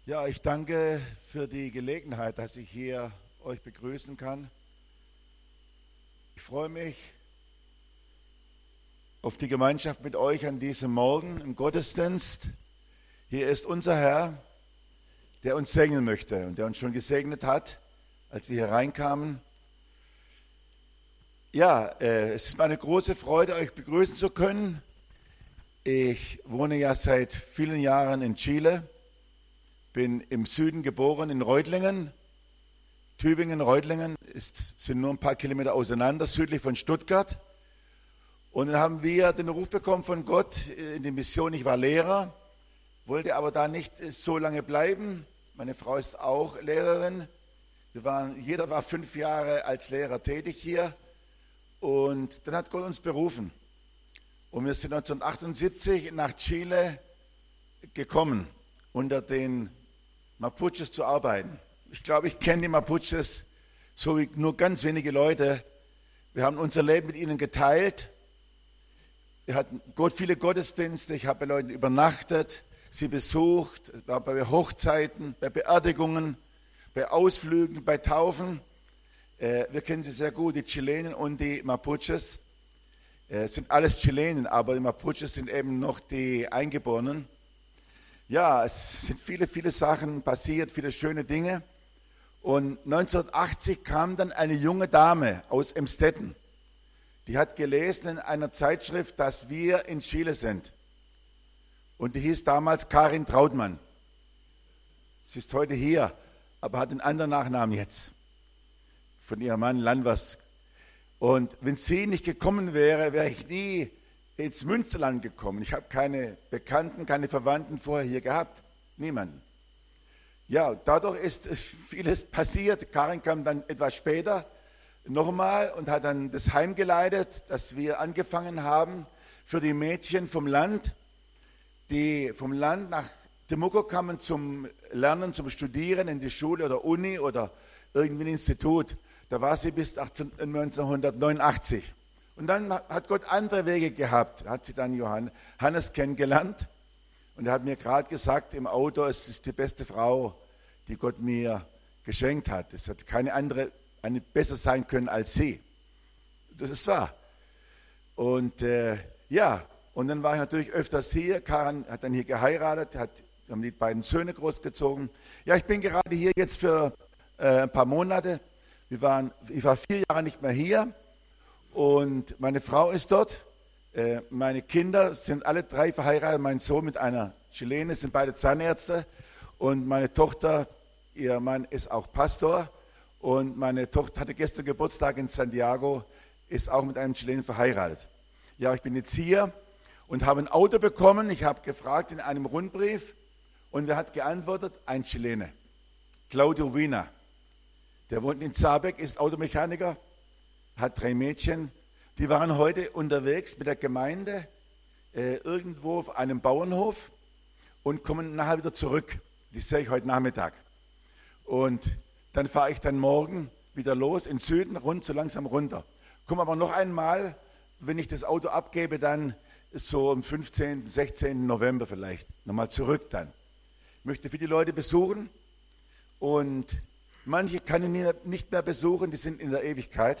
Ja, ich danke für die Gelegenheit, dass ich hier euch begrüßen kann. Ich freue mich auf die Gemeinschaft mit euch an diesem Morgen im Gottesdienst. Hier ist unser Herr, der uns segnen möchte und der uns schon gesegnet hat, als wir hier reinkamen. Ja, es ist mir eine große Freude, euch begrüßen zu können. Ich wohne ja seit vielen Jahren in Chile. Bin im Süden geboren, in Reutlingen. Tübingen, Reutlingen sind nur ein paar Kilometer auseinander, südlich von Stuttgart. Und dann haben wir den Ruf bekommen von Gott in die Mission. Ich war Lehrer, wollte aber da nicht so lange bleiben. Meine Frau ist auch Lehrerin. Jeder war 5 Jahre als Lehrer tätig hier. Und dann hat Gott uns berufen. Und wir sind 1978 nach Chile gekommen, unter den Mapuches zu arbeiten. Ich glaube, ich kenne die Mapuches so wie nur ganz wenige Leute. Wir haben unser Leben mit ihnen geteilt. Wir hatten viele Gottesdienste. Ich habe bei Leuten übernachtet, sie besucht, war bei Hochzeiten, bei Beerdigungen, bei Ausflügen, bei Taufen. Wir kennen sie sehr gut, die Chilenen und die Mapuches. Es sind alles Chilenen, aber die Mapuches sind eben noch die Eingeborenen. Ja, es sind viele Sachen passiert, viele schöne Dinge. Und 1980 kam dann eine junge Dame aus Emstetten. Die hat gelesen in einer Zeitschrift, dass wir in Chile sind. Und die hieß damals Karin Trautmann. Sie ist heute hier, aber hat einen anderen Nachnamen jetzt. Von ihrem Mann Landwas. Und wenn sie nicht gekommen wäre, wäre ich nie ins Münsterland gekommen. Ich habe keine Bekannten, keine Verwandten vorher hier gehabt. Niemanden. Ja, dadurch ist vieles passiert. Karin kam dann etwas später nochmal und hat dann das Heim geleitet, das wir angefangen haben für die Mädchen vom Land, die vom Land nach Temuco kamen zum Lernen, zum Studieren in die Schule oder Uni oder irgendwie ein Institut. Da war sie bis 1989. Und dann hat Gott andere Wege gehabt. Hat sie dann Johannes kennengelernt. Und er hat mir gerade gesagt im Auto, es ist die beste Frau, die Gott mir geschenkt hat. Es hat keine andere, eine besser sein können als sie. Das ist wahr. Und und dann war ich natürlich öfters hier. Karin hat dann hier geheiratet, haben die beiden Söhne großgezogen. Ja, ich bin gerade hier jetzt für ein paar Monate. Ich war 4 Jahre nicht mehr hier. Und meine Frau ist dort, meine Kinder sind alle 3 verheiratet, mein Sohn mit einer Chilene, sind beide Zahnärzte und meine Tochter, ihr Mann ist auch Pastor und meine Tochter hatte gestern Geburtstag in Santiago, ist auch mit einem Chilenen verheiratet. Ja, ich bin jetzt hier und habe ein Auto bekommen, ich habe gefragt in einem Rundbrief und wer hat geantwortet? Ein Chilene, Claudio Wiener, der wohnt in Zabeck, ist Automechaniker, hat 3 Mädchen, die waren heute unterwegs mit der Gemeinde irgendwo auf einem Bauernhof und kommen nachher wieder zurück. Die sehe ich heute Nachmittag. Und dann fahre ich dann morgen wieder los in den Süden, so langsam runter. Komme aber noch einmal, wenn ich das Auto abgebe, dann so am 15., 16. November vielleicht, nochmal zurück dann. Ich möchte viele Leute besuchen und manche kann ich nicht mehr besuchen, die sind in der Ewigkeit.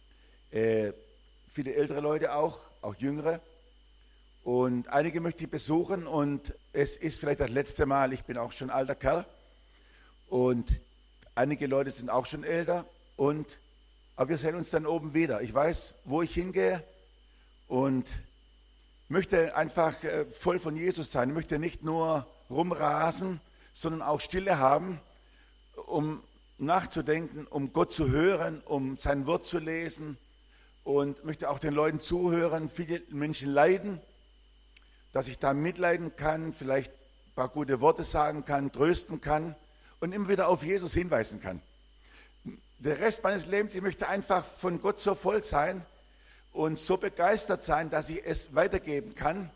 Viele ältere Leute auch jüngere. Und einige möchte ich besuchen und es ist vielleicht das letzte Mal, ich bin auch schon ein alter Kerl und einige Leute sind auch schon älter aber wir sehen uns dann oben wieder. Ich weiß, wo ich hingehe und möchte einfach voll von Jesus sein. Ich möchte nicht nur rumrasen, sondern auch Stille haben, um nachzudenken, um Gott zu hören, um sein Wort zu lesen und möchte auch den Leuten zuhören. Viele Menschen leiden, dass ich da mitleiden kann, vielleicht ein paar gute Worte sagen kann, trösten kann und immer wieder auf Jesus hinweisen kann. Der Rest meines Lebens, ich möchte einfach von Gott so voll sein und so begeistert sein, dass ich es weitergeben kann.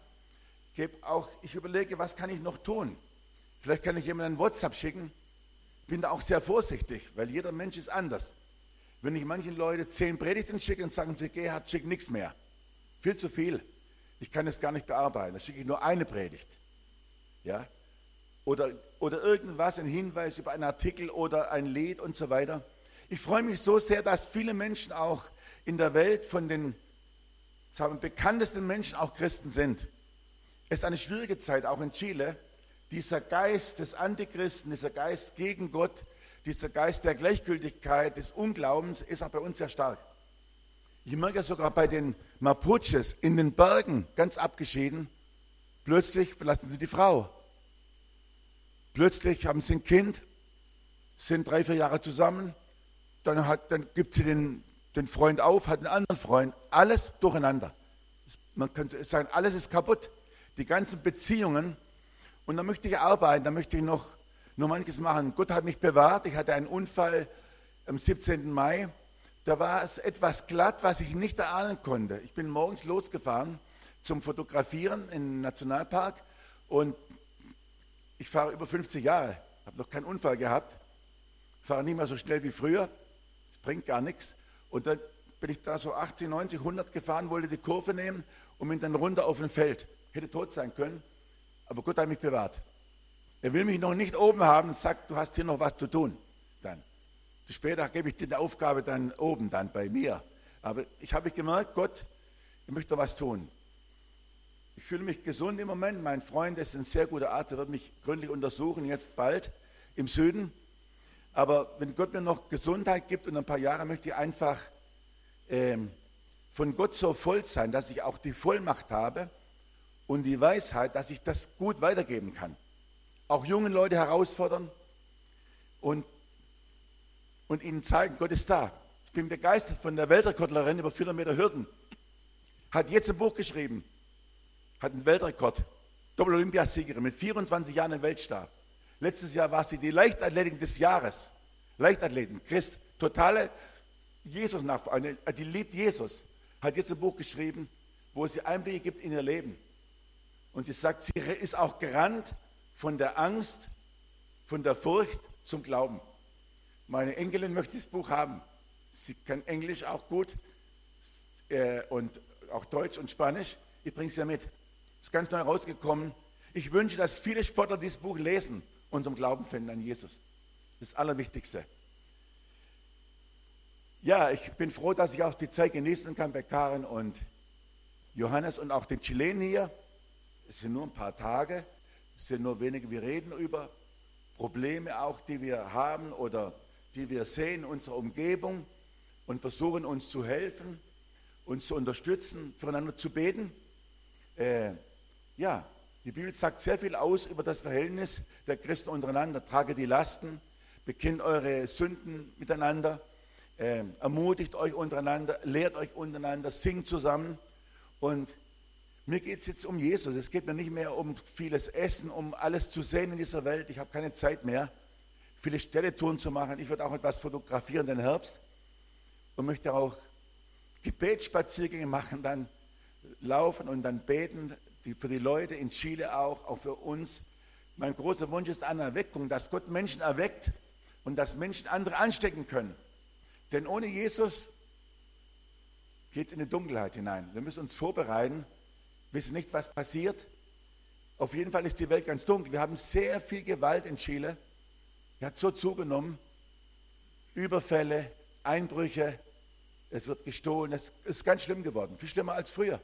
Ich überlege, was kann ich noch tun? Vielleicht kann ich jemandem ein WhatsApp schicken. Bin da auch sehr vorsichtig, weil jeder Mensch ist anders. Wenn ich manchen Leuten 10 Predigten schicke und sagen sie, Gerhard, schick nichts mehr. Viel zu viel. Ich kann es gar nicht bearbeiten. Da schicke ich nur eine Predigt. Ja? oder irgendwas, ein Hinweis über einen Artikel oder ein Lied und so weiter. Ich freue mich so sehr, dass viele Menschen auch in der Welt von den bekanntesten Menschen auch Christen sind. Es ist eine schwierige Zeit, auch in Chile. Dieser Geist des Antichristen, dieser Geist gegen Gott, dieser Geist der Gleichgültigkeit, des Unglaubens ist auch bei uns sehr stark. Ich merke sogar bei den Mapuches in den Bergen, ganz abgeschieden, plötzlich verlassen sie die Frau. Plötzlich haben sie ein Kind, sind 3-4 Jahre zusammen, dann gibt sie den Freund auf, hat einen anderen Freund, alles durcheinander. Man könnte sagen, alles ist kaputt, die ganzen Beziehungen. Und da möchte ich arbeiten, da möchte ich noch manches machen. Gott hat mich bewahrt, ich hatte einen Unfall am 17. Mai, da war es etwas glatt, was ich nicht erahnen konnte. Ich bin morgens losgefahren zum Fotografieren im Nationalpark und ich fahre über 50 Jahre, habe noch keinen Unfall gehabt, fahre nicht mehr so schnell wie früher, das bringt gar nichts. Und dann bin ich da so 80, 90, 100 gefahren, wollte die Kurve nehmen und bin dann runter auf ein Feld. Hätte tot sein können, aber Gott hat mich bewahrt. Er will mich noch nicht oben haben und sagt, du hast hier noch was zu tun. Dann. Später gebe ich dir die Aufgabe dann oben, dann bei mir. Aber ich habe gemerkt, Gott, ich möchte was tun. Ich fühle mich gesund im Moment. Mein Freund ist ein sehr guter Arzt, der wird mich gründlich untersuchen, jetzt bald im Süden. Aber wenn Gott mir noch Gesundheit gibt und ein paar Jahre, möchte ich einfach von Gott so voll sein, dass ich auch die Vollmacht habe und die Weisheit, dass ich das gut weitergeben kann. Auch junge Leute herausfordern und ihnen zeigen, Gott ist da. Ich bin begeistert von der Weltrekordlerin über 400 Meter Hürden. Hat jetzt ein Buch geschrieben, hat einen Weltrekord, Doppel-Olympiasiegerin mit 24 Jahren im Weltstar. Letztes Jahr war sie die Leichtathletin des Jahres. Leichtathletin, Christ, totale Jesus-Nachfolgerin, die liebt Jesus. Hat jetzt ein Buch geschrieben, wo sie Einblicke gibt in ihr Leben. Und sie sagt, sie ist auch gerannt von der Angst, von der Furcht zum Glauben. Meine Enkelin möchte das Buch haben. Sie kann Englisch auch gut und auch Deutsch und Spanisch. Ich bringe es ja mit. Ist ganz neu rausgekommen. Ich wünsche, dass viele Sportler dieses Buch lesen und zum Glauben finden an Jesus. Das Allerwichtigste. Ja, ich bin froh, dass ich auch die Zeit genießen kann bei Karen und Johannes und auch den Chilenen hier. Es sind nur ein paar Tage, es sind nur wenige. Wir reden über Probleme auch, die wir haben oder die wir sehen in unserer Umgebung und versuchen uns zu helfen, uns zu unterstützen, füreinander zu beten. Ja, die Bibel sagt sehr viel aus über das Verhältnis der Christen untereinander. Trage die Lasten, bekennt eure Sünden miteinander, ermutigt euch untereinander, lehrt euch untereinander, singt zusammen. Und mir geht es jetzt um Jesus. Es geht mir nicht mehr um vieles Essen, um alles zu sehen in dieser Welt. Ich habe keine Zeit mehr, viele Städtetouren zu machen. Ich werde auch etwas fotografieren den Herbst und möchte auch Gebetsspaziergänge machen, dann laufen und dann beten, für die Leute in Chile auch für uns. Mein großer Wunsch ist eine Erweckung, dass Gott Menschen erweckt und dass Menschen andere anstecken können. Denn ohne Jesus geht es in die Dunkelheit hinein. Wir müssen uns vorbereiten, wissen nicht, was passiert. Auf jeden Fall ist die Welt ganz dunkel. Wir haben sehr viel Gewalt in Chile. Die hat so zugenommen. Überfälle, Einbrüche, es wird gestohlen. Es ist ganz schlimm geworden, viel schlimmer als früher.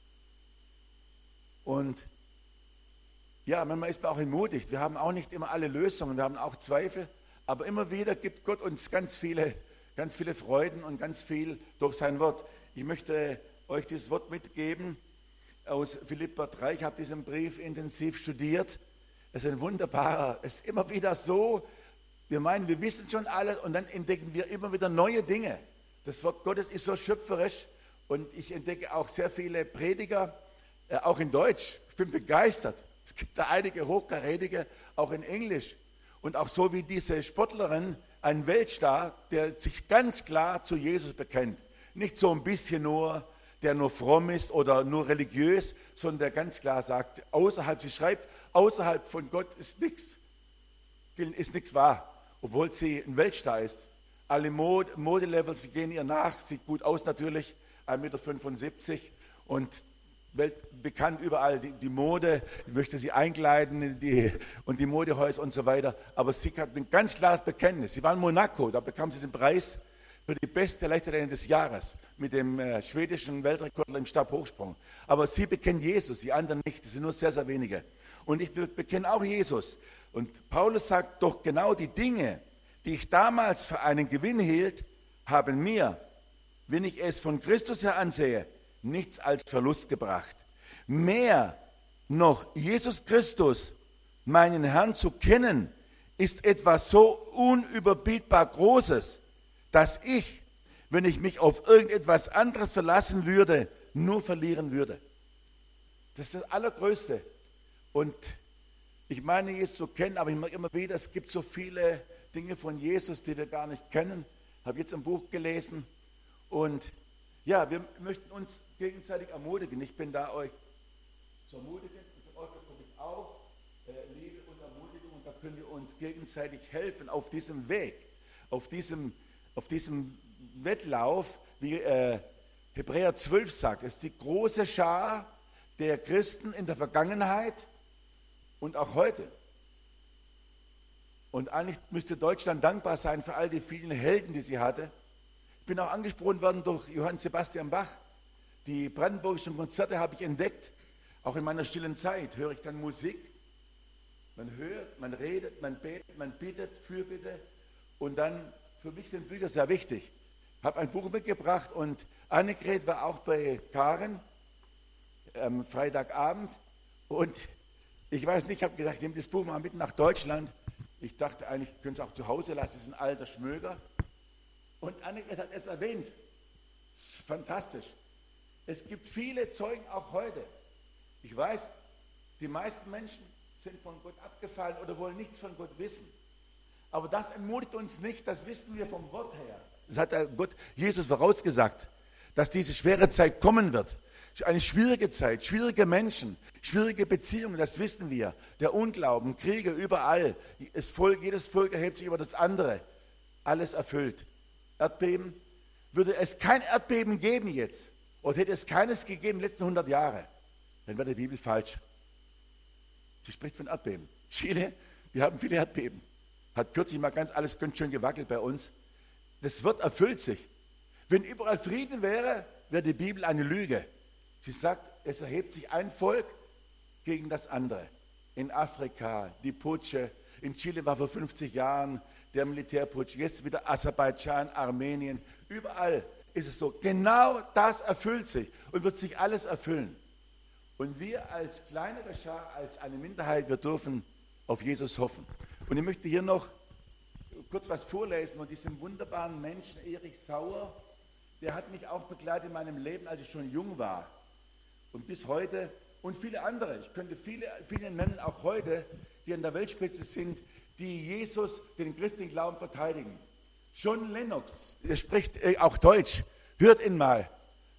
Und ja, manchmal ist man auch entmutigt. Wir haben auch nicht immer alle Lösungen, wir haben auch Zweifel. Aber immer wieder gibt Gott uns ganz viele Freuden und ganz viel durch sein Wort. Ich möchte euch dieses Wort mitgeben aus Philipper 3. Ich habe diesen Brief intensiv studiert. Es ist ein wunderbarer, es ist immer wieder so, wir meinen, wir wissen schon alles und dann entdecken wir immer wieder neue Dinge. Das Wort Gottes ist so schöpferisch und ich entdecke auch sehr viele Prediger, auch in Deutsch. Ich bin begeistert. Es gibt da einige Hochkarätige, auch in Englisch. Und auch so wie diese Sportlerin, ein Weltstar, der sich ganz klar zu Jesus bekennt. Nicht so ein bisschen nur, der nur fromm ist oder nur religiös, sondern der ganz klar sagt, sie schreibt, außerhalb von Gott ist nichts wahr, obwohl sie ein Weltstar ist. Alle Modelevels gehen ihr nach, sieht gut aus natürlich, 1,75 Meter und weltbekannt überall, die Mode, ich möchte sie einkleiden und die Modehäuser und so weiter. Aber sie hat ein ganz klares Bekenntnis. Sie war in Monaco, da bekam sie den Preis für die beste Leiterin des Jahres mit dem schwedischen Weltrekordler im Stabhochsprung. Aber sie bekennt Jesus, die anderen nicht, das sind nur sehr, sehr wenige. Und ich bekenne auch Jesus. Und Paulus sagt doch genau die Dinge, die ich damals für einen Gewinn hielt, haben mir, wenn ich es von Christus her ansehe, nichts als Verlust gebracht. Mehr noch, Jesus Christus, meinen Herrn zu kennen, ist etwas so unüberbietbar Großes, dass ich, wenn ich mich auf irgendetwas anderes verlassen würde, nur verlieren würde. Das ist das Allergrößte. Und ich meine, Jesus zu kennen, aber ich merke immer wieder, es gibt so viele Dinge von Jesus, die wir gar nicht kennen. Ich habe jetzt ein Buch gelesen und ja, wir möchten uns gegenseitig ermutigen. Ich bin da, euch zu ermutigen. Und für euch bekomme ich auch Liebe und Ermutigung und da können wir uns gegenseitig helfen auf diesem Weg, auf diesem Wettlauf, wie Hebräer 12 sagt. Es ist die große Schar der Christen in der Vergangenheit und auch heute. Und eigentlich müsste Deutschland dankbar sein für all die vielen Helden, die sie hatte. Ich bin auch angesprochen worden durch Johann Sebastian Bach. Die brandenburgischen Konzerte habe ich entdeckt. Auch in meiner stillen Zeit höre ich dann Musik. Man hört, man redet, man betet, man bittet, Fürbitte. Und dann, für mich sind Bücher sehr wichtig. Ich habe ein Buch mitgebracht und Annegret war auch bei Karen am Freitagabend. Und ich weiß nicht, ich habe gedacht, ich nehme das Buch mal mit nach Deutschland. Ich dachte eigentlich, ich könnte es auch zu Hause lassen, das ist ein alter Schmöger. Und Annegret hat es erwähnt. Das ist fantastisch. Es gibt viele Zeugen auch heute. Ich weiß, die meisten Menschen sind von Gott abgefallen oder wollen nichts von Gott wissen. Aber das ermutigt uns nicht, das wissen wir vom Wort her. Das hat der Gott, Jesus vorausgesagt, dass diese schwere Zeit kommen wird. Eine schwierige Zeit, schwierige Menschen, schwierige Beziehungen, das wissen wir. Der Unglauben, Kriege überall. Jedes Volk erhebt sich über das andere. Alles erfüllt. Erdbeben. Würde es kein Erdbeben geben jetzt, oder hätte es keines gegeben in den letzten 100 Jahren, dann wäre die Bibel falsch. Sie spricht von Erdbeben. Chile, wir haben viele Erdbeben. Hat kürzlich mal alles ganz schön gewackelt bei uns. Das Wort erfüllt sich. Wenn überall Frieden wäre, wäre die Bibel eine Lüge. Sie sagt, es erhebt sich ein Volk gegen das andere. In Afrika, die Putsche, in Chile war vor 50 Jahren der Militärputsch, jetzt wieder Aserbaidschan, Armenien, überall ist es so. Genau das erfüllt sich und wird sich alles erfüllen. Und wir als kleinere Schar, als eine Minderheit, wir dürfen auf Jesus hoffen. Und ich möchte hier noch kurz was vorlesen von diesem wunderbaren Menschen, Erich Sauer. Der hat mich auch begleitet in meinem Leben, als ich schon jung war. Und bis heute und viele andere. Ich könnte viele nennen, auch heute, die an der Weltspitze sind, die Jesus, den christlichen Glauben verteidigen. John Lennox, der spricht auch Deutsch. Hört ihn mal.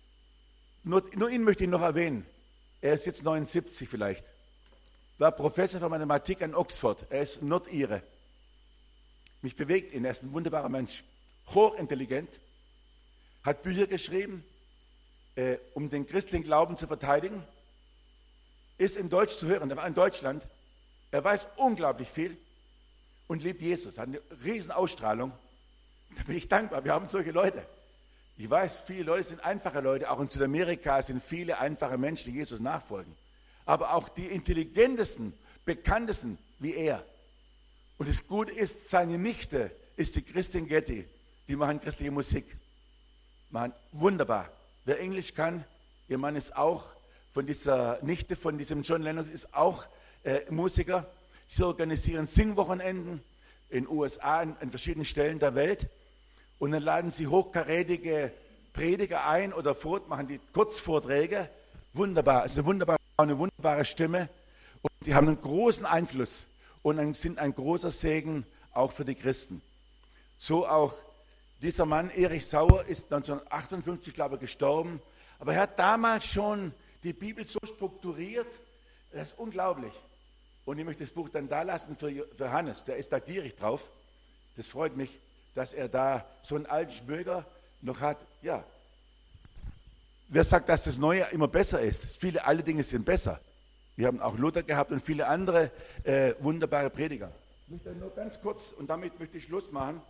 Nur ihn möchte ich noch erwähnen. Er ist jetzt 79 vielleicht. War Professor für Mathematik an Oxford. Er ist Nordire. Mich bewegt ihn. Er ist ein wunderbarer Mensch. Hochintelligent. Hat Bücher geschrieben, um den christlichen Glauben zu verteidigen. Ist in Deutsch zu hören. Er war in Deutschland. Er weiß unglaublich viel und liebt Jesus. Hat eine riesen Ausstrahlung. Da bin ich dankbar. Wir haben solche Leute. Ich weiß, viele Leute sind einfache Leute. Auch in Südamerika sind viele einfache Menschen, die Jesus nachfolgen. Aber auch die intelligentesten, bekanntesten wie er. Und das Gute ist, seine Nichte ist die Christin Getty. Die machen christliche Musik. Machen wunderbar. Wer Englisch kann, ihr Mann ist auch von dieser Nichte, von diesem John Lennox, ist auch Musiker. Sie organisieren Singwochenenden in den USA, an verschiedenen Stellen der Welt. Und dann laden sie hochkarätige Prediger ein oder machen die Kurzvorträge. Wunderbar, es ist eine wunderbare Stimme. Und die haben einen großen Einfluss und sind ein großer Segen auch für die Christen. So auch dieser Mann, Erich Sauer, ist 1958, glaube ich, gestorben. Aber er hat damals schon die Bibel so strukturiert, das ist unglaublich. Und ich möchte das Buch dann da lassen für Hannes, der ist da gierig drauf. Das freut mich, dass er da so einen alten Schmöger noch hat. Ja, wer sagt, dass das Neue immer besser ist? Viele alte Dinge sind besser. Wir haben auch Luther gehabt und viele andere wunderbare Prediger. Ich möchte nur ganz kurz, und damit möchte ich Schluss machen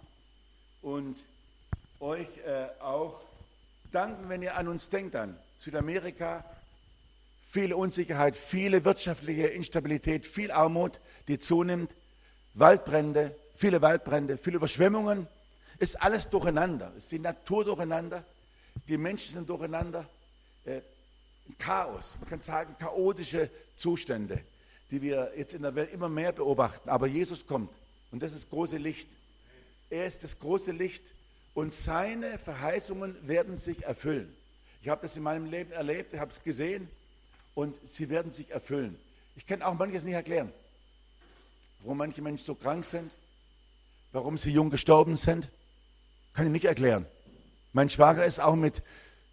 und euch auch danken, wenn ihr an uns denkt, an Südamerika, viele Unsicherheit, viele wirtschaftliche Instabilität, viel Armut, die zunimmt, Waldbrände, viele Überschwemmungen, ist alles durcheinander, ist die Natur durcheinander, die Menschen sind durcheinander, Chaos, man kann sagen chaotische Zustände, die wir jetzt in der Welt immer mehr beobachten, aber Jesus kommt und das ist das große Licht. Er ist das große Licht und seine Verheißungen werden sich erfüllen. Ich habe das in meinem Leben erlebt, ich habe es gesehen und sie werden sich erfüllen. Ich kann auch manches nicht erklären, warum manche Menschen so krank sind, warum sie jung gestorben sind, kann ich nicht erklären. Mein Schwager ist auch mit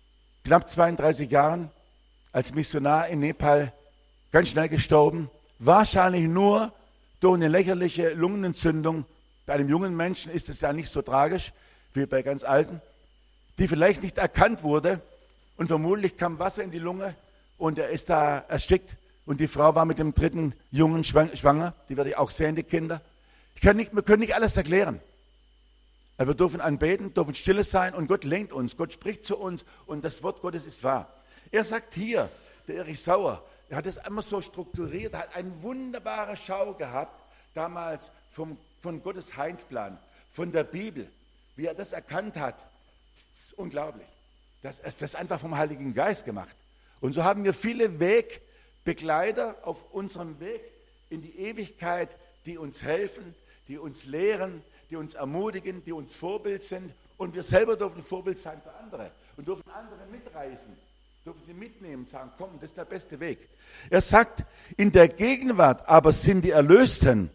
knapp 32 Jahren als Missionar in Nepal ganz schnell gestorben, wahrscheinlich nur durch eine lächerliche Lungenentzündung. Bei einem jungen Menschen ist es ja nicht so tragisch wie bei ganz Alten, die vielleicht nicht erkannt wurde und vermutlich kam Wasser in die Lunge und er ist da erstickt und die Frau war mit dem dritten Jungen schwanger, die werde ich auch sehen, die Kinder. Wir können nicht alles erklären. Aber wir dürfen anbeten, dürfen stille sein und Gott lenkt uns, Gott spricht zu uns und das Wort Gottes ist wahr. Er sagt hier, der Erich Sauer, er hat es immer so strukturiert, er hat eine wunderbare Schau gehabt, damals von Gottes Heilsplan, von der Bibel, wie er das erkannt hat. Das ist unglaublich. Das ist einfach vom Heiligen Geist gemacht. Und so haben wir viele Wegbegleiter auf unserem Weg in die Ewigkeit, die uns helfen, die uns lehren, die uns ermutigen, die uns Vorbild sind. Und wir selber dürfen Vorbild sein für andere und dürfen andere mitreißen, dürfen sie mitnehmen und sagen, komm, das ist der beste Weg. Er sagt, in der Gegenwart aber sind die Erlösten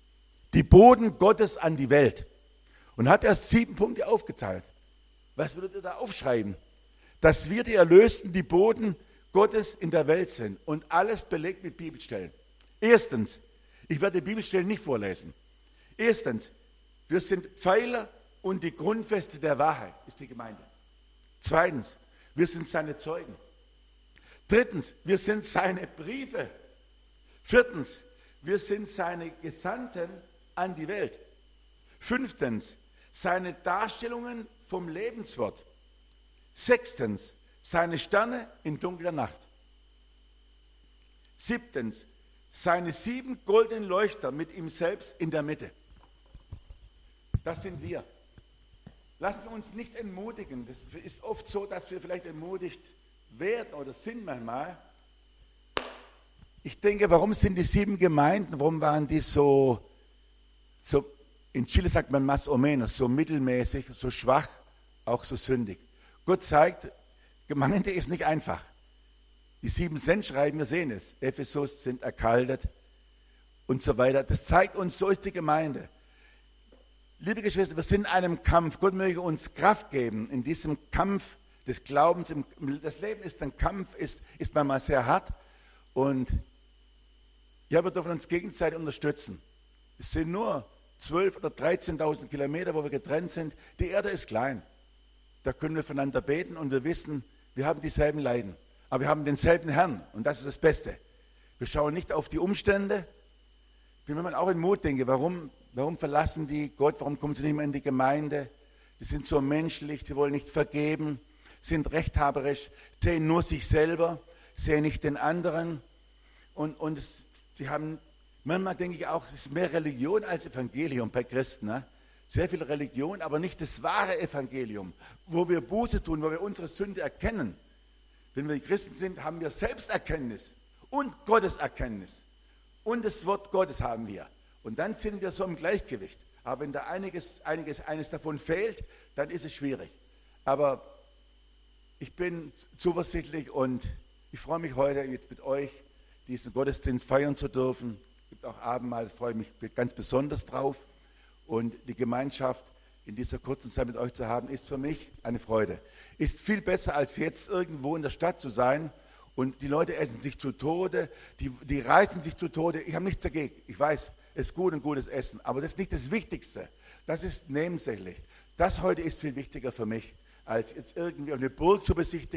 die Boten Gottes an die Welt. Und hat er 7 Punkte aufgezeichnet. Was würdet ihr da aufschreiben? Dass wir die Erlösten, die Boten Gottes in der Welt sind und alles belegt mit Bibelstellen. Erstens, ich werde die Bibelstellen nicht vorlesen. Erstens, wir sind Pfeiler und die Grundfeste der Wahrheit, ist die Gemeinde. Zweitens, wir sind seine Zeugen. Drittens, wir sind seine Briefe. Viertens, wir sind seine Gesandten an die Welt. Fünftens, seine Darstellungen vom Lebenswort. Sechstens, seine Sterne in dunkler Nacht. Siebtens, seine 7 goldenen Leuchter mit ihm selbst in der Mitte. Das sind wir. Lassen wir uns nicht entmutigen. Das ist oft so, dass wir vielleicht entmutigt werden oder sind manchmal. Ich denke, warum sind die 7 Gemeinden, warum waren die so in Chile sagt man más o menos, so mittelmäßig, so schwach, auch so sündig. Gott zeigt, Gemeinde ist nicht einfach. Die 7 Sendschreiben, wir sehen es, Ephesus sind erkaltet und so weiter. Das zeigt uns, so ist die Gemeinde. Liebe Geschwister, wir sind in einem Kampf. Gott möge uns Kraft geben in diesem Kampf des Glaubens. Das Leben ist ein Kampf, ist manchmal sehr hart. Und ja, wir dürfen uns gegenseitig unterstützen. Es sind nur 12.000 oder 13.000 Kilometer, wo wir getrennt sind. Die Erde ist klein. Da können wir voneinander beten und wir wissen, wir haben dieselben Leiden. Aber wir haben denselben Herrn und das ist das Beste. Wir schauen nicht auf die Umstände. Ich bin manchmal auch in Mut, denke, warum verlassen die Gott, warum kommen sie nicht mehr in die Gemeinde? Die sind so menschlich, sie wollen nicht vergeben, sind rechthaberisch, sehen nur sich selber, sehen nicht den anderen. Und sie haben, manchmal denke ich auch, es ist mehr Religion als Evangelium bei Christen. Ne? Sehr viel Religion, aber nicht das wahre Evangelium, wo wir Buße tun, wo wir unsere Sünde erkennen. Wenn wir Christen sind, haben wir Selbsterkenntnis und Gotteserkenntnis. Und das Wort Gottes haben wir. Und dann sind wir so im Gleichgewicht. Aber wenn da eines davon fehlt, dann ist es schwierig. Aber ich bin zuversichtlich und ich freue mich heute jetzt mit euch, diesen Gottesdienst feiern zu dürfen. Es gibt auch Abendmahl, da freue ich mich ganz besonders drauf. Und die Gemeinschaft in dieser kurzen Zeit mit euch zu haben, ist für mich eine Freude. Ist viel besser, als jetzt irgendwo in der Stadt zu sein und die Leute essen sich zu Tode, die reißen sich zu Tode. Ich habe nichts dagegen. Ich weiß, es ist gut und gutes Essen, aber das ist nicht das Wichtigste. Das ist nebensächlich. Das heute ist viel wichtiger für mich, als jetzt irgendwie eine Burg zu besichtigen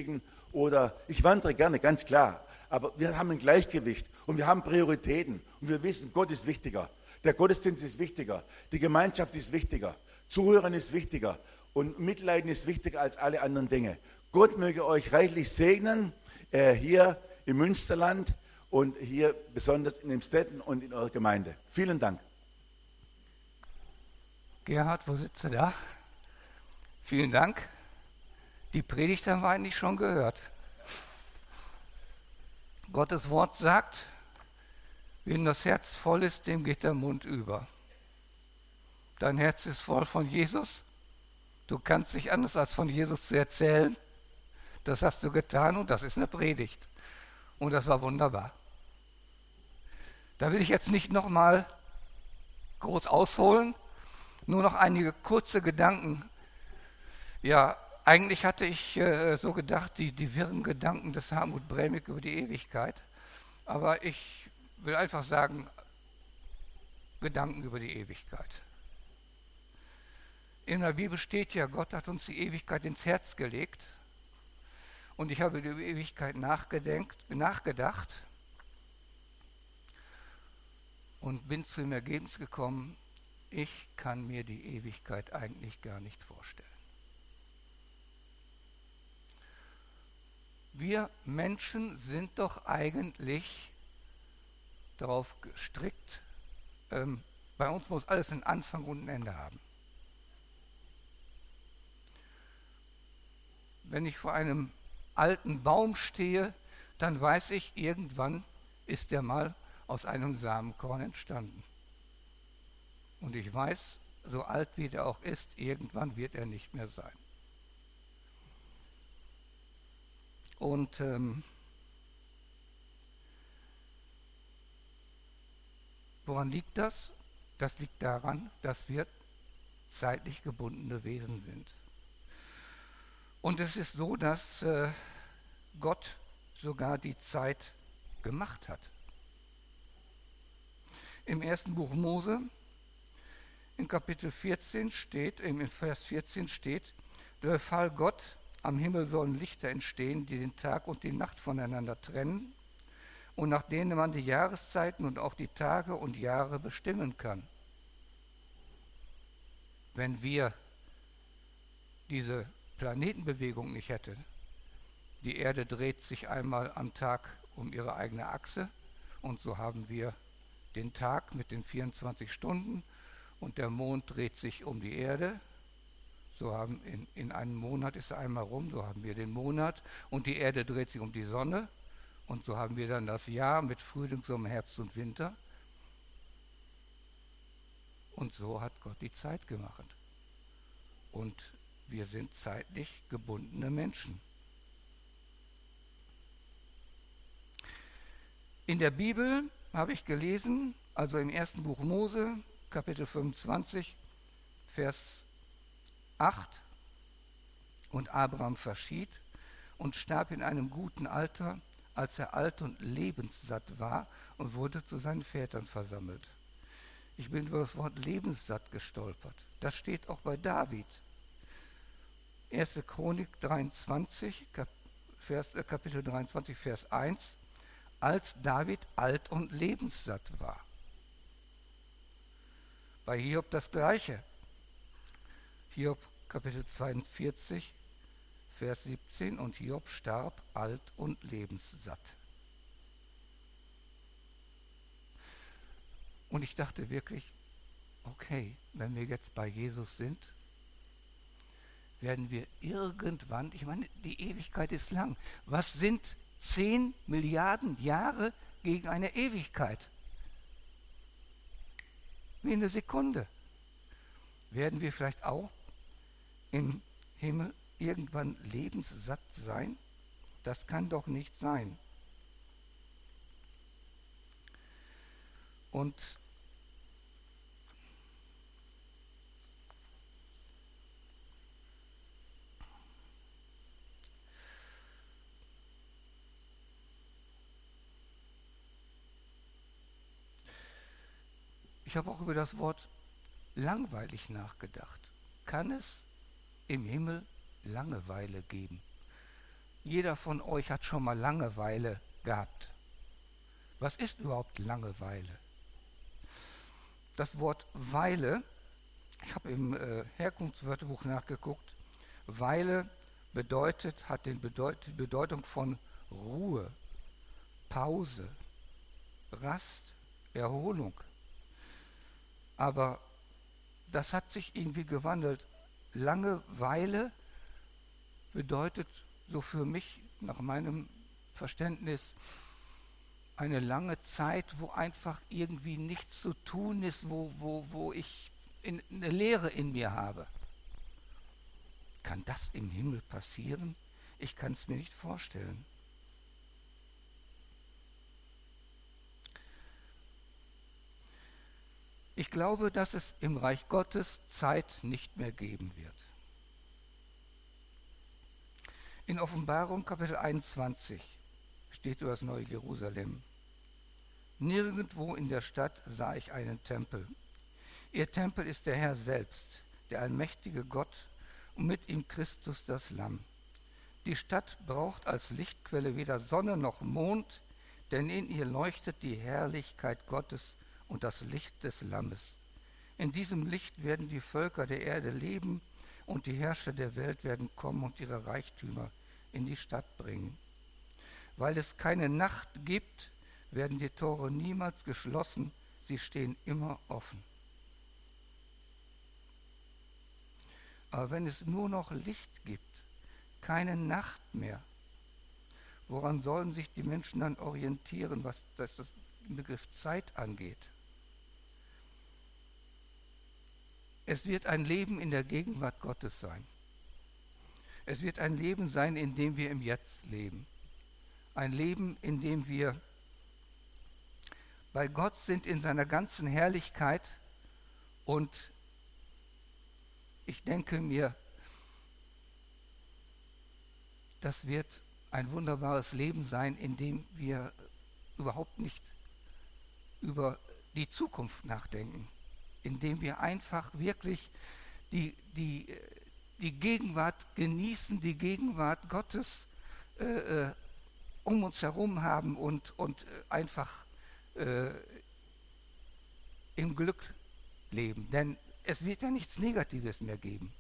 oder ich wandere gerne, ganz klar. Aber wir haben ein Gleichgewicht und wir haben Prioritäten und wir wissen, Gott ist wichtiger. Der Gottesdienst ist wichtiger, die Gemeinschaft ist wichtiger, Zuhören ist wichtiger und Mitleiden ist wichtiger als alle anderen Dinge. Gott möge euch reichlich segnen, hier im Münsterland und hier besonders in Emstetten und in eurer Gemeinde. Vielen Dank. Gerhard, wo sitzt du da? Vielen Dank. Die Predigt haben wir eigentlich schon gehört. Gottes Wort sagt, wem das Herz voll ist, dem geht der Mund über. Dein Herz ist voll von Jesus. Du kannst nicht anders als von Jesus zu erzählen. Das hast du getan und das ist eine Predigt. Und das war wunderbar. Da will ich jetzt nicht nochmal groß ausholen, nur noch einige kurze Gedanken. Ja, eigentlich hatte ich so gedacht, die wirren Gedanken des Hartmut Brämig über die Ewigkeit. Aber ich will einfach sagen, Gedanken über die Ewigkeit. In der Bibel steht ja, Gott hat uns die Ewigkeit ins Herz gelegt. Und ich habe über die Ewigkeit nachgedacht und bin zu dem Ergebnis gekommen, ich kann mir die Ewigkeit eigentlich gar nicht vorstellen. Wir Menschen sind doch eigentlich darauf gestrickt, bei uns muss alles einen Anfang und ein Ende haben. Wenn ich vor einem alten Baum stehe, dann weiß ich, irgendwann ist der mal aus einem Samenkorn entstanden. Und ich weiß, so alt wie der auch ist, irgendwann wird er nicht mehr sein. Und woran liegt das? Das liegt daran, dass wir zeitlich gebundene Wesen sind. Und es ist so, dass Gott sogar die Zeit gemacht hat. Im ersten Buch Mose, in Kapitel 14 steht, im Vers 14 steht, der befahl Gott, am Himmel sollen Lichter entstehen, die den Tag und die Nacht voneinander trennen und nach denen man die Jahreszeiten und auch die Tage und Jahre bestimmen kann. Wenn wir diese Planetenbewegung nicht hätten, die Erde dreht sich einmal am Tag um ihre eigene Achse und so haben wir den Tag mit den 24 Stunden und der Mond dreht sich um die Erde. So haben in einem Monat ist er einmal rum, so haben wir den Monat und die Erde dreht sich um die Sonne und so haben wir dann das Jahr mit Frühling, Sommer, Herbst und Winter. Und so hat Gott die Zeit gemacht. Und wir sind zeitlich gebundene Menschen. In der Bibel habe ich gelesen, also im ersten Buch Mose, Kapitel 25, Vers 8, und Abraham verschied und starb in einem guten Alter, als er alt und lebenssatt war und wurde zu seinen Vätern versammelt. Ich bin über das Wort lebenssatt gestolpert. Das steht auch bei David. 1. Chronik 23, Kapitel 23, Vers 1, als David alt und lebenssatt war. Bei Hiob das Gleiche. Hiob Kapitel 42, Vers 17, und Hiob starb alt und lebenssatt. Und ich dachte wirklich, okay, wenn wir jetzt bei Jesus sind, werden wir irgendwann, ich meine, die Ewigkeit ist lang. Was sind 10 Milliarden Jahre gegen eine Ewigkeit? Wie eine Sekunde. Werden wir vielleicht auch im Himmel irgendwann lebenssatt sein? Das kann doch nicht sein. Und ich habe auch über das Wort langweilig nachgedacht. Kann es im Himmel Langeweile geben? Jeder von euch hat schon mal Langeweile gehabt. Was ist überhaupt Langeweile? Das Wort Weile, ich habe im Herkunftswörterbuch nachgeguckt, Weile hat die Bedeutung von Ruhe, Pause, Rast, Erholung. Aber das hat sich irgendwie gewandelt. Langeweile bedeutet so für mich, nach meinem Verständnis, eine lange Zeit, wo einfach irgendwie nichts zu tun ist, wo ich eine Leere in mir habe. Kann das im Himmel passieren? Ich kann es mir nicht vorstellen. Ich glaube, dass es im Reich Gottes Zeit nicht mehr geben wird. In Offenbarung Kapitel 21 steht über das neue Jerusalem: Nirgendwo in der Stadt sah ich einen Tempel. Ihr Tempel ist der Herr selbst, der allmächtige Gott, und mit ihm Christus das Lamm. Die Stadt braucht als Lichtquelle weder Sonne noch Mond, denn in ihr leuchtet die Herrlichkeit Gottes und das Licht des Lammes. In diesem Licht werden die Völker der Erde leben, und die Herrscher der Welt werden kommen und ihre Reichtümer in die Stadt bringen. Weil es keine Nacht gibt, werden die Tore niemals geschlossen, sie stehen immer offen. Aber wenn es nur noch Licht gibt, keine Nacht mehr, woran sollen sich die Menschen dann orientieren, was das Begriff Zeit angeht? Es wird ein Leben in der Gegenwart Gottes sein. Es wird ein Leben sein, in dem wir im Jetzt leben. Ein Leben, in dem wir bei Gott sind in seiner ganzen Herrlichkeit, und ich denke mir, das wird ein wunderbares Leben sein, in dem wir überhaupt nicht über die Zukunft nachdenken, in dem wir einfach wirklich die Gegenwart genießen, die Gegenwart Gottes um uns herum haben und einfach im Glück leben. Denn es wird ja nichts Negatives mehr geben.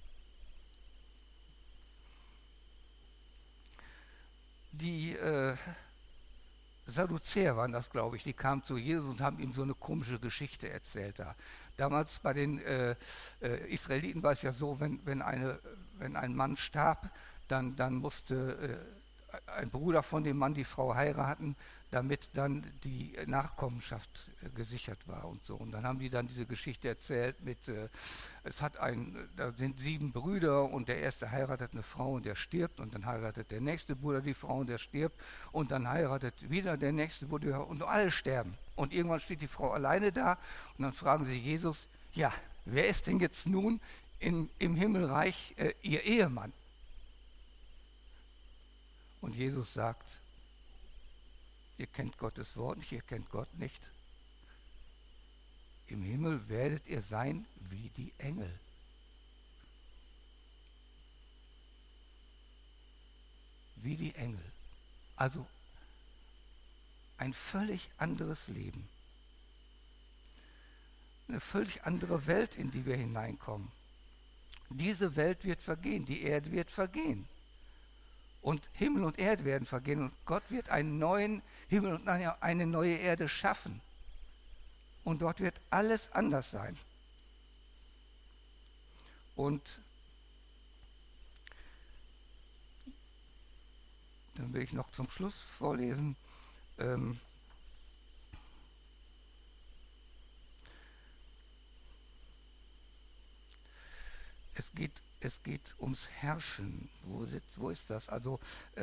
Die Sadduzäer waren das, glaube ich, die kamen zu Jesus und haben ihm so eine komische Geschichte erzählt. Damals bei den Israeliten war es ja so, wenn ein Mann starb, dann musste ein Bruder von dem Mann die Frau heiraten, damit dann die Nachkommenschaft gesichert war und so. Und dann haben die dann diese Geschichte erzählt mit, da sind 7 Brüder und der erste heiratet eine Frau und der stirbt, und dann heiratet der nächste Bruder die Frau und der stirbt, und dann heiratet wieder der nächste Bruder und alle sterben. Und irgendwann steht die Frau alleine da und dann fragen sie Jesus: Ja, wer ist denn jetzt nun im Himmelreich ihr Ehemann? Und Jesus sagt: Ihr kennt Gottes Wort nicht, ihr kennt Gott nicht. Im Himmel werdet ihr sein wie die Engel. Wie die Engel. Also ein völlig anderes Leben. Eine völlig andere Welt, in die wir hineinkommen. Diese Welt wird vergehen, die Erde wird vergehen. Und Himmel und Erde werden vergehen, und Gott wird einen neuen Himmel und eine neue Erde schaffen. Und dort wird alles anders sein. Und dann will ich noch zum Schluss vorlesen. Es geht ums Herrschen. Wo ist das? Also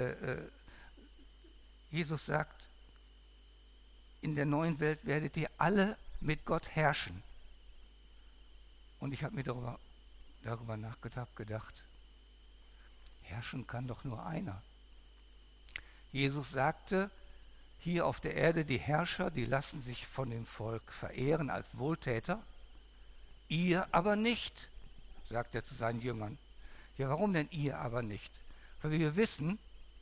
Jesus sagt, in der neuen Welt werdet ihr alle mit Gott herrschen. Und ich habe mir darüber nachgedacht, herrschen kann doch nur einer. Jesus sagte, hier auf der Erde, die Herrscher, die lassen sich von dem Volk verehren als Wohltäter, ihr aber nicht, sagt er zu seinen Jüngern. Ja, warum denn ihr aber nicht? Weil wir wissen,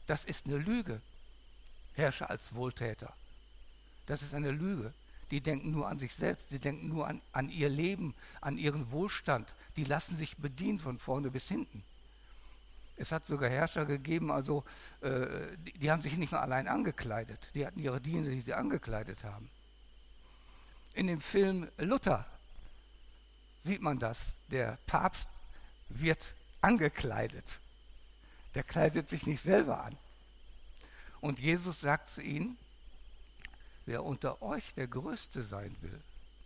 Das ist eine Lüge. Herrscher als Wohltäter. Das ist eine Lüge. Die denken nur an sich selbst, die denken nur an ihr Leben, an ihren Wohlstand. Die lassen sich bedienen von vorne bis hinten. Es hat sogar Herrscher gegeben, also die haben sich nicht nur allein angekleidet, die hatten ihre Diener, die sie angekleidet haben. In dem Film Luther sieht man das. Der Papst wird angekleidet. Der kleidet sich nicht selber an. Und Jesus sagt zu ihnen, wer unter euch der Größte sein will,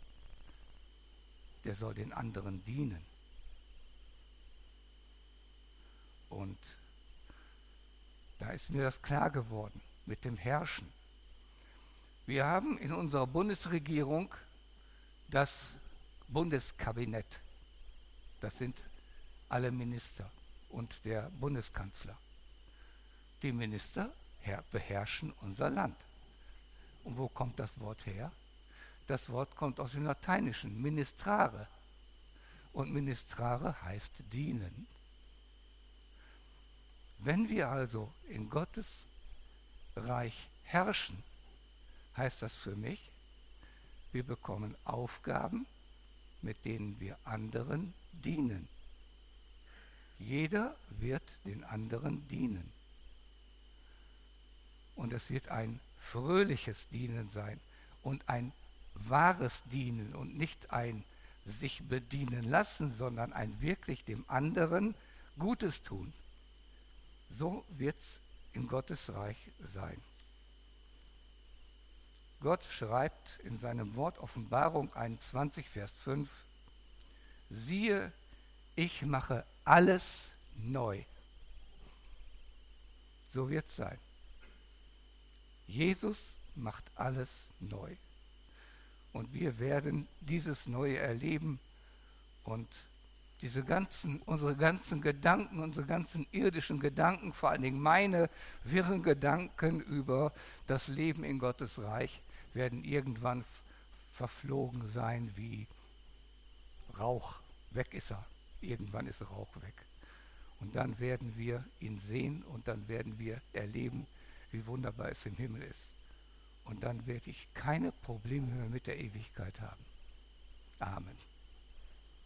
der soll den anderen dienen. Und da ist mir das klar geworden mit dem Herrschen. Wir haben in unserer Bundesregierung das Bundeskabinett. Das sind alle Minister und der Bundeskanzler. Die Minister beherrschen unser Land. Und wo kommt das Wort her? Das Wort kommt aus dem Lateinischen, ministrare. Und ministrare heißt dienen. Wenn wir also in Gottes Reich herrschen, heißt das für mich, wir bekommen Aufgaben, mit denen wir anderen dienen. Jeder wird den anderen dienen. Und es wird ein fröhliches Dienen sein und ein wahres Dienen und nicht ein sich bedienen lassen, sondern ein wirklich dem anderen Gutes tun. So wird es in Gottes Reich sein. Gott schreibt in seinem Wort Offenbarung 21, Vers 5, siehe, ich mache alles neu. So wird es sein. Jesus macht alles neu. Und wir werden dieses Neue erleben und unsere ganzen Gedanken, unsere ganzen irdischen Gedanken, vor allen Dingen meine wirren Gedanken über das Leben in Gottes Reich, werden irgendwann verflogen sein wie Rauch. Weg ist er. Irgendwann ist Rauch weg. Und dann werden wir ihn sehen und dann werden wir erleben, wie wunderbar es im Himmel ist. Und dann werde ich keine Probleme mehr mit der Ewigkeit haben. Amen.